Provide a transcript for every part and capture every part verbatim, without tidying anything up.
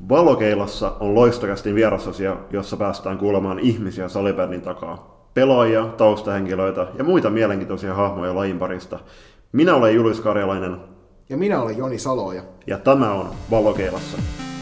Valokeilassa on Loistokästin vierasosia, jossa päästään kuulemaan ihmisiä salibändin takaa. Pelaajia, taustahenkilöitä ja muita mielenkiintoisia hahmoja lajin parista. Minä olen Julius Karjalainen. Ja minä olen Joni Saloja. Ja tämä on Valokeilassa.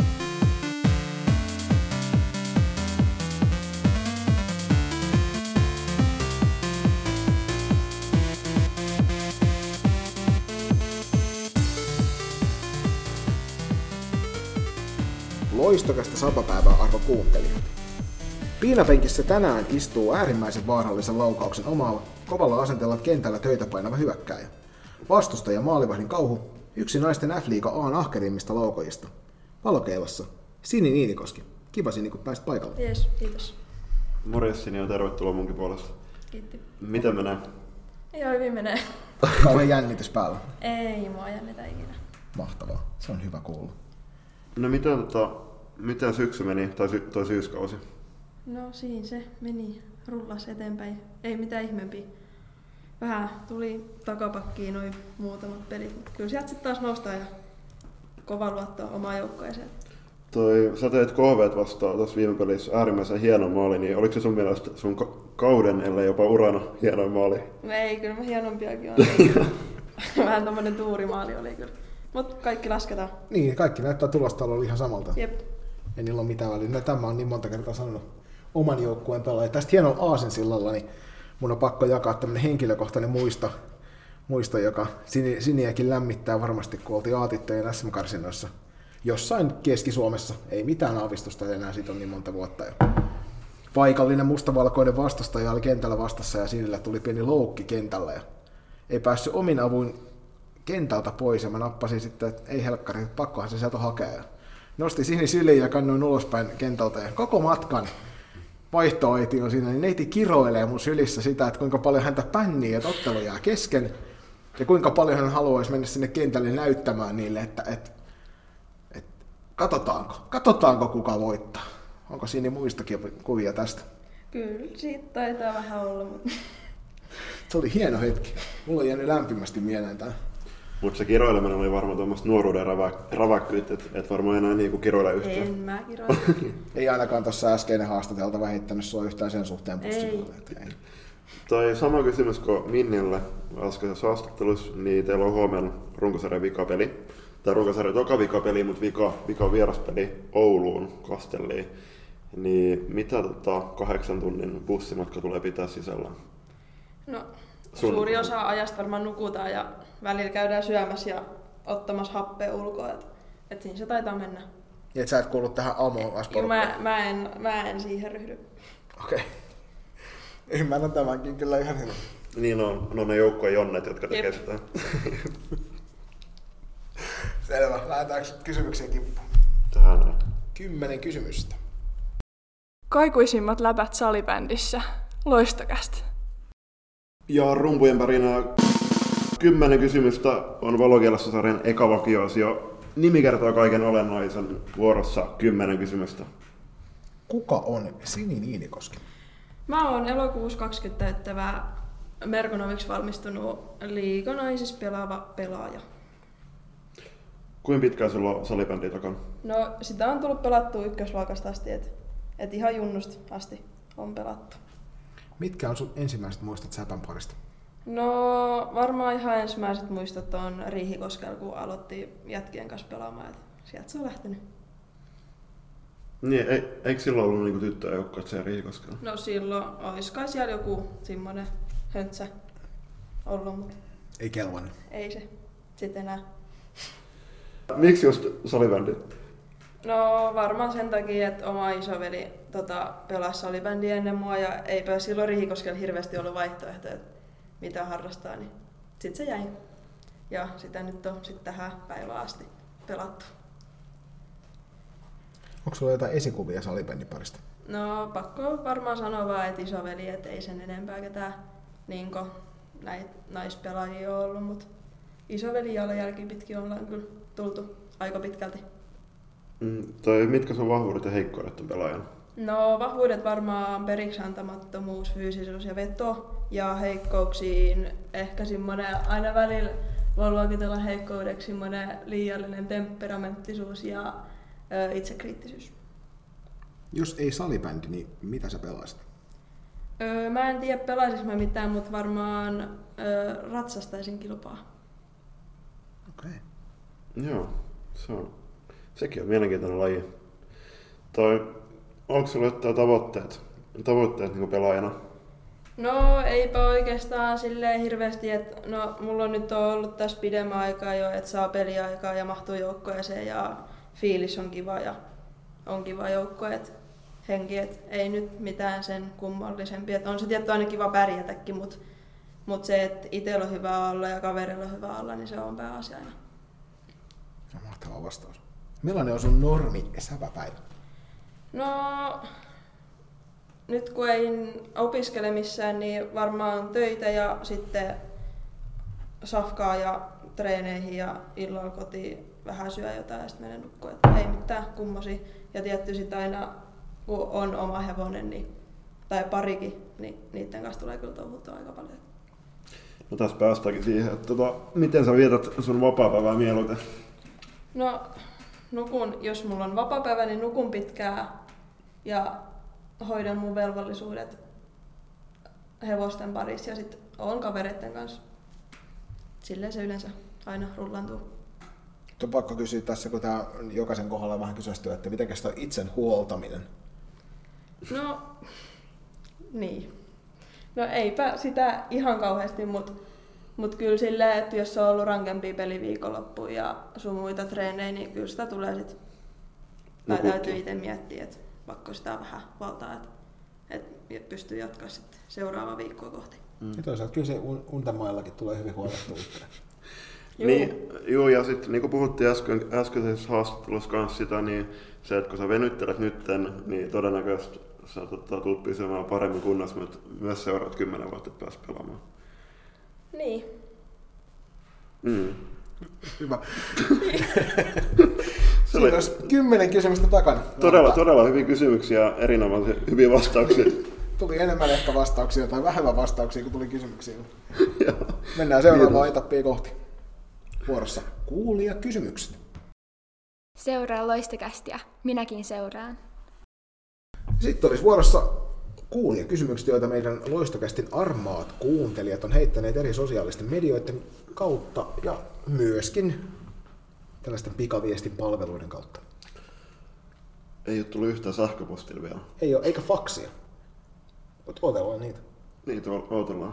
Loistokästä sapapäivää, arvo kuuntelijat. Piinapenkissä tänään istuu äärimmäisen vaarallisen laukauksen omaava, kovalla asenteella kentällä töitä painava hyökkääjä. Vastustaja maalivahdin kauhu, yksi naisten F-liiga A:n ahkerimmista laukojista. Valokeilassa Sini Niinikoski. Kiva Sini, kun pääsit paikalle. Jees, kiitos. Morjes Sini ja tervetuloa munkin puolesta. Kiitti. Miten menee? Joo, hyvin menee. Kauan jännitys päällä. Ei mua jännitä ikinä. Mahtavaa, se on hyvä kuulla. No miten, tota, miten syksy meni, tai sy- toi syyskausi? No siinä se meni, rullas eteenpäin. Ei mitään ihmeempiä. Vähän tuli takapakkiin noin muutamat pelit, mutta kyllä sieltä sitten taas nostaa ja kova luottaa omaan joukkueeseen. Toi, sä teet K V:t vastaan tuossa viime pelissä äärimmäisen hieno maali, niin oliko se sun mielestä sun ka- kauden, ellei jopa urana hieno maali? No ei, kyllä mä hienompiakin on. Vähän tommonen tuurimaali oli kyllä. Mut kaikki lasketaan. Niin, kaikki näyttää tulostaululla ihan samalta. Jep. Ei niillä ole mitään väliä. No, tämä on niin monta kertaa sanonut oman joukkueen pelaaja. Tästä hienolla Aasensillalla niin mun on pakko jakaa tämmönen henkilökohtainen muisto, muisto joka Sini, Siniäkin lämmittää varmasti, kun oltiin Aatyttöjen S M-karsinnoissa jossain Keski-Suomessa. Ei mitään aavistusta enää, siitä on niin monta vuotta jo. Paikallinen mustavalkoinen vastustaja oli kentällä vastassa ja Sinillä tuli pieni loukki kentällä ja ei päässyt omin avuin kentältä pois ja mä nappasin sitten, että ei helkkari, pakkohan se sieltä hakea. Nosti Sini syliin ja kannoin ulospäin kentältä ja koko matkan vaihtoehti on siinä, niin neiti kiroilee mun sylissä sitä, että kuinka paljon häntä pännii, että ottelu jää kesken ja kuinka paljon hän haluaisi mennä sinne kentälle näyttämään niille, että, että, että katsotaanko, katsotaanko kuka voittaa. Onko Sini muistakin kuvia tästä? Kyllä, siitä taitaa vähän olla, mutta... Se oli hieno hetki. Mulla on jäänyt lämpimästi mieleen tää. Mutta se kiroileminen oli varmaan tuommoista nuoruuden räväkkyyttä, että et varmaan enää niinku kiroile yhtään. En mä kiroile. Ei ainakaan tuossa äskeinen haastateltava heittänyt sua yhtään sen suhteen pussipuolelle. Ei. Tai sama kysymys kuin Minnille äskeisessä haastattelussa, niin teillä on huomenna runkosarjan vikapeli. Tai runkosarjan toka vikapeli, mutta vika, vika vieraspeli Ouluun Kastelliin. Niin mitä tota, kahdeksan tunnin bussimatka tulee pitää sisällään? No, Sun... suuri osa ajasta varmaan nukutaan ja välillä käydään syömässä ja ottamassa happea ulkoa. Et, et siinä se taitaa mennä. Ja et sä et kuulu tähän Amo-asporukkaan? Mä, mä, en, mä en siihen ryhdy. Okei. Okay. Ymmärrän tämänkin kyllä ihan hyvin. Niin on, on ne joukkojen jonnet, jotka tekee sitä. Selvä. Lähdetäänkö kysymykseen kimppuun? Tähän näin. Kymmenen kysymystä. Kaikuisimmat läpät salibändissä. Loistokästä. Ja rumpujen pärinää kymmenen kysymystä on Valokeilassa sarjan eka vakioosio. Nimi kertoo kaiken olennaisen, vuorossa kymmenen kysymystä. Kuka on Sini Niinikoski? Mä oon elokuussa kaksikymmentä täyttävä Merkonoviksi valmistunut liigonaisissa pelaava pelaaja. Kuinka pitkään sulla on salibändiä takana? No sitä on tullut pelattua ykkösluokasta asti, et, et ihan junnusta asti on pelattu. Mitkä on sun ensimmäiset muistot Säpän parista? No varmaan ihan ensimmäiset muistot on Riihikoskella, kun aloitti jätkien kanssa pelaamaan. Et sieltä se on lähtenyt. Niin, ei, eikö silloin ollut niinku tyttöjä joukkoja siellä Riihikoskella? No silloin olis kai siellä joku semmonen höntsä ollut, mutta Ei kelvannut. ei se sitten enää. Miksi just salibändi? No varmaan sen takia, että oma isoveli tota, pelasi salibändiä ennen mua ja eipä silloin Riihikoskella hirveästi ollut vaihtoehtoja, mitä harrastaa, niin sit se jäi. Ja sitä nyt on sit tähän päivään asti pelattu. Onko sulla jotain esikuvia salibändin parista? No pakko varmaan sanoa vaan, että isoveli, et ei sen enempää ketään niinko näitä naispelaajia ole ollut, mutta isoveli jalanjälki pitkin ollaan kyllä tultu aika pitkälti. Mm, tai mitkä sun vahvuudet ja heikkoudet on pelaajana? No vahvuudet varmaan periksi antamattomuus, fyysisyys ja veto. Ja heikkouksiin ehkä semmoinen aina välillä voi luokitella heikkoudeksi semmoinen liiallinen temperamenttisuus ja ö, itsekriittisyys. Jos ei salibändi, niin mitä sä pelaisit? Öö, mä en tiedä pelaisinko mä mitään, mutta varmaan öö, ratsastaisin kilpaa. Okei. Okay. Joo, se on, sekin on mielenkiintoinen laji. Tai onko sulla jotain tavoitteet, tavoitteet niin pelaajana? No eipä oikeastaan silleen hirveästi, että no mulla on nyt ollut tässä pidemmän aikaa jo, että saa peliaikaa ja mahtuu joukkueeseen ja fiilis on kiva ja on kiva joukkue, että henki, että ei nyt mitään sen kummallisempi. Että on se tietty aina kiva pärjätäkin, mutta mut se, että itsellä on hyvä olla ja kaverilla on hyvä olla, niin se on pääasia aina. No, mahtava vastaus. Millainen on sun normi säväpäivä? No, nyt kun ei opiskele missään, niin varmaan töitä ja sitten safkaa ja treeneihin ja illalla kotiin vähän syö jotain ja sitten menen nukkumaan. Että ei mitään kummosia. Ja tietty sitten aina, kun on oma hevonen niin, tai parikin, niin niiden kanssa tulee kyllä touhuttua aika paljon. No tässä päästäänkin siihen, että tota, miten sä vietät sun vapaapäivää mieluiten? No, nukun, jos mulla on vapaapäivä, niin nukun pitkään ja hoidan mun velvollisuudet hevosten parissa ja sitten oon kavereiden kanssa. Silleen se yleensä aina rullantuu. On pakko kysyä tässä, kun tää on jokaisen kohdalla vähän kysytty, että miten sitä itsen huoltaminen? No, niin. No eipä sitä ihan kauheasti, mutta mut kyllä silleen, että jos on ollut rankempia peliviikonloppuja ja sun muita treenejä, niin kyllä sitä tulee sit. Tai Nukuttua. täytyy itse miettiä, että pakko sitä vähän valtaa, että, että pystyy jatkaa sitten seuraava viikkoa kohti. Mm. Ja toisaalta kyllä se un- untemaillakin tulee hyvin huolettua. Niin, juu, ja sitten niin kuin puhuttiin äsken, äskeisessä haastattelussa kanssa sitä, niin se, että kun sä venyttelet nytten, niin todennäköisesti sä tota, tulet pysymään paremmin kunnossa, mutta myös seuraat kymmenen vuotta, että pääs pelaamaan. Niin. Mm. Hyvä. Siinä olisi kymmenen kysymystä takana. Todella, todella hyviä kysymyksiä, erinomaisia hyviä vastauksia. Tuli enemmän ehkä vastauksia tai vähemmän vastauksia, kun tuli kysymyksiä. Mennään seuraavaan etappiin kohti. Vuorossa kuulija kysymykset. Seuraa Loistokästiä. Minäkin seuraan. Sitten olisi vuorossa kuulija kysymykset, joita meidän Loistokästin armaat kuuntelijat on heittäneet eri sosiaalisten medioiden kautta ja myöskin tällaisten pikaviestin palveluiden kautta. Ei ole tullut yhtään sähköpostilla vielä. Ei ole, eikä faksia. Mutta odotellaan niitä. Niitä odotellaan.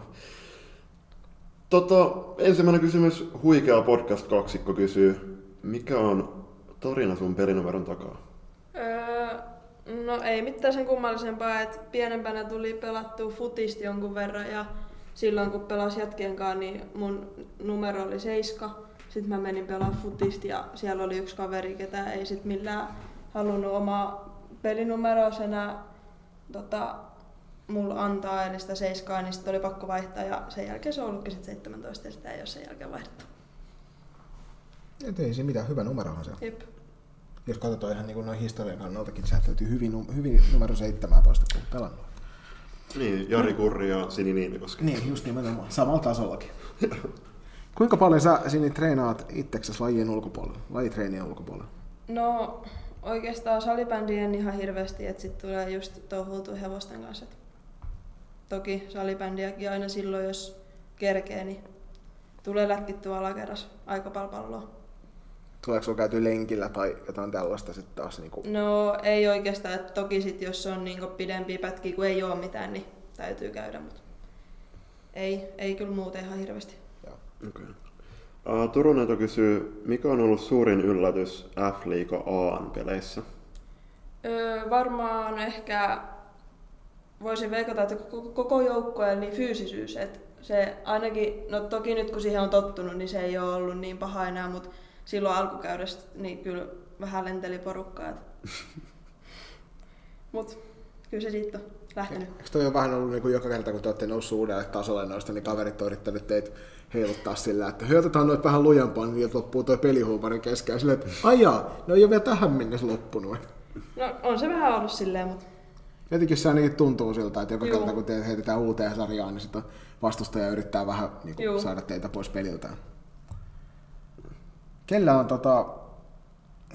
Tota, ensimmäinen kysymys. Huikea podcast-kaksikko kysyy, mikä on tarina sun pelinumeron takaa? Öö, no ei mitään sen kummallisempaa, että pienempänä tuli pelattua futista jonkun verran ja silloin kun pelasin jätkien kanssa, niin mun numero oli seiska. Sitten mä menin pelaamaan futista ja siellä oli yksi kaveri, ketä ei sit millään halunnut omaa pelinumeroa enää tota, mulla antaa, eli sitä seiskaa, niin sitten oli pakko vaihtaa ja sen jälkeen se on ollutkin sit seitsemäntoista ja sitä ei ole sen jälkeen vaihdettu. Et ei siinä mitään, hyvä numerohan se on. Jep. Jos katsotaan ihan niin noin historian kannaltakin, niin sieltä löytyy hyvin, hyvin numero seitsemäntoista, kun pelannut. Niin, Jari Kurri ja Sini Niemikoski. Niin, just nimenomaan. Samalla tasollakin. Kuinka paljon sä Sini treenaat itseksesi lajien ulkopuolella, lajitreenien ulkopuolella? No oikeastaan salibändiä en ihan hirveästi, että sit tulee just touhultua hevosten kanssa. Toki salibändiäkin aina silloin, jos kerkee, niin tulee lätkittyä alakerras aika paljon palloa. Tuleeko sulla käyty lenkillä tai jotain tällaista sitten taas? Niin kuin... No ei oikeastaan, että toki sit, jos on niinku pidempiä pätkiä, kun ei ole mitään, niin täytyy käydä, mutta ei, ei kyllä muuten ihan hirveästi. Okay. Uh, Turuneito kysyy, mikä on ollut suurin yllätys F-liiga A:n peleissä? Öö, varmaan ehkä voisin veikata, että koko, koko joukkueen niin fyysisyys, että se ainakin, no toki nyt kun siihen on tottunut, niin se ei ole ollut niin paha enää, mutta silloin alkukäydessä niin kyllä vähän lenteli porukkaa. Mutta kyllä se siitä on lähtenyt. Eikö toi on vähän ollut niin kuin joka kerta, kun te olette noussut uudelle tasolle noista, niin kaverit on yrittänyt teitä heiluttaa sillä, että hyötetään noita vähän lujempaa, niin loppuu toi pelihuumarin kesken. Silleen, että aijaa, ne on jo vielä tähän mennessä loppunut. No on se vähän ollut silleen, mutta jotenkin se ainakin tuntuu siltä, että joka Juu. kerta kun te heitetään uuteen sarjaan, niin sitten vastustaja yrittää vähän niin kuin, saada teitä pois peliltään. Kellä on tota,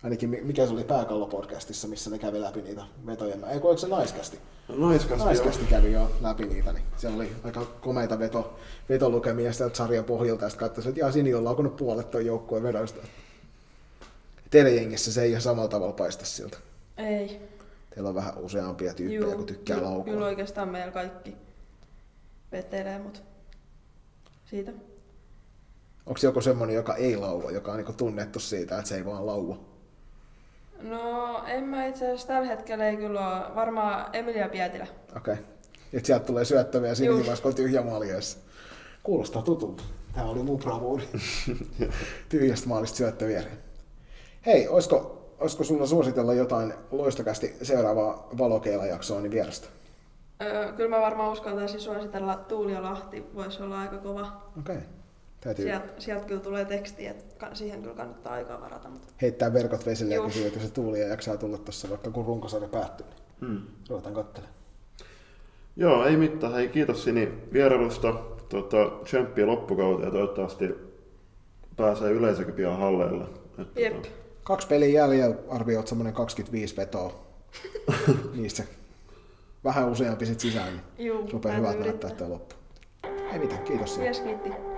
Ainakin mikä se oli Pääkallo-podcastissa, missä ne kävi läpi niitä vetoja. Ei kun oliko se Naiskästi? Naiskästi, Naiskästi kävi jo läpi niitä, niin siellä oli aika komeita veto, vetolukemia sieltä sarjan pohjilta, ja sitten katsoin, että jaa, Sini on laukunut puolet tuon joukkueen vedoista. Teidän jengissä se ei ihan samalla tavalla paista siltä. Ei. Teillä on vähän useampia tyyppejä, Juu, kun tykkää ky- laukua. Kyllä oikeastaan meillä kaikki vetelee, mutta siitä. Onko joku semmoinen, joka ei laua, joka on niinku tunnettu siitä, että se ei vaan laua? No en mä itse asiassa tällä hetkellä ei kyllä ole. Varmaan Emilia Pietilä. Okei. Okay. Että sieltä tulee syöttäviä Sini vaiheessa, kun tyhjä maalissa. Kuulostaa tutulta. Tää oli mun bravuuri. Tyhjästä maalista syöttäviä. Hei, olisiko, olisiko sulla suositella jotain loistokästi seuraavaa Valokeila-jaksoa niin vierasta? Öö, kyllä mä varmaan uskaltaisin suositella Tuulia Lahti. Voisi olla aika kova. Okei. Okay. Täytyy Sieltä sielt kyllä tulee tekstiä, että siihen kyllä kannattaa aikaa varata. Mutta... heittää verkot vesille ja kysyä, että se Tuulia jaksaa tulla tuossa vaikka kun runkosarja päättyy. Niin hmm. ruvetaan katselemaan. Joo, ei mitään. Hei, kiitos Sini vierailusta. Tota, tsemppiä loppukauteen ja toivottavasti pääsee yleisökin pian halleille. Että, Jep. Kaksi peliä jäljellä, arvioit semmoinen kaksikymmentäviisi vetoa. Niistä vähän useampi sit sisään, niin Juu, rupeaa hyvältä näyttää tämä loppu. Ei mitään, kiitos. Mies kiitti.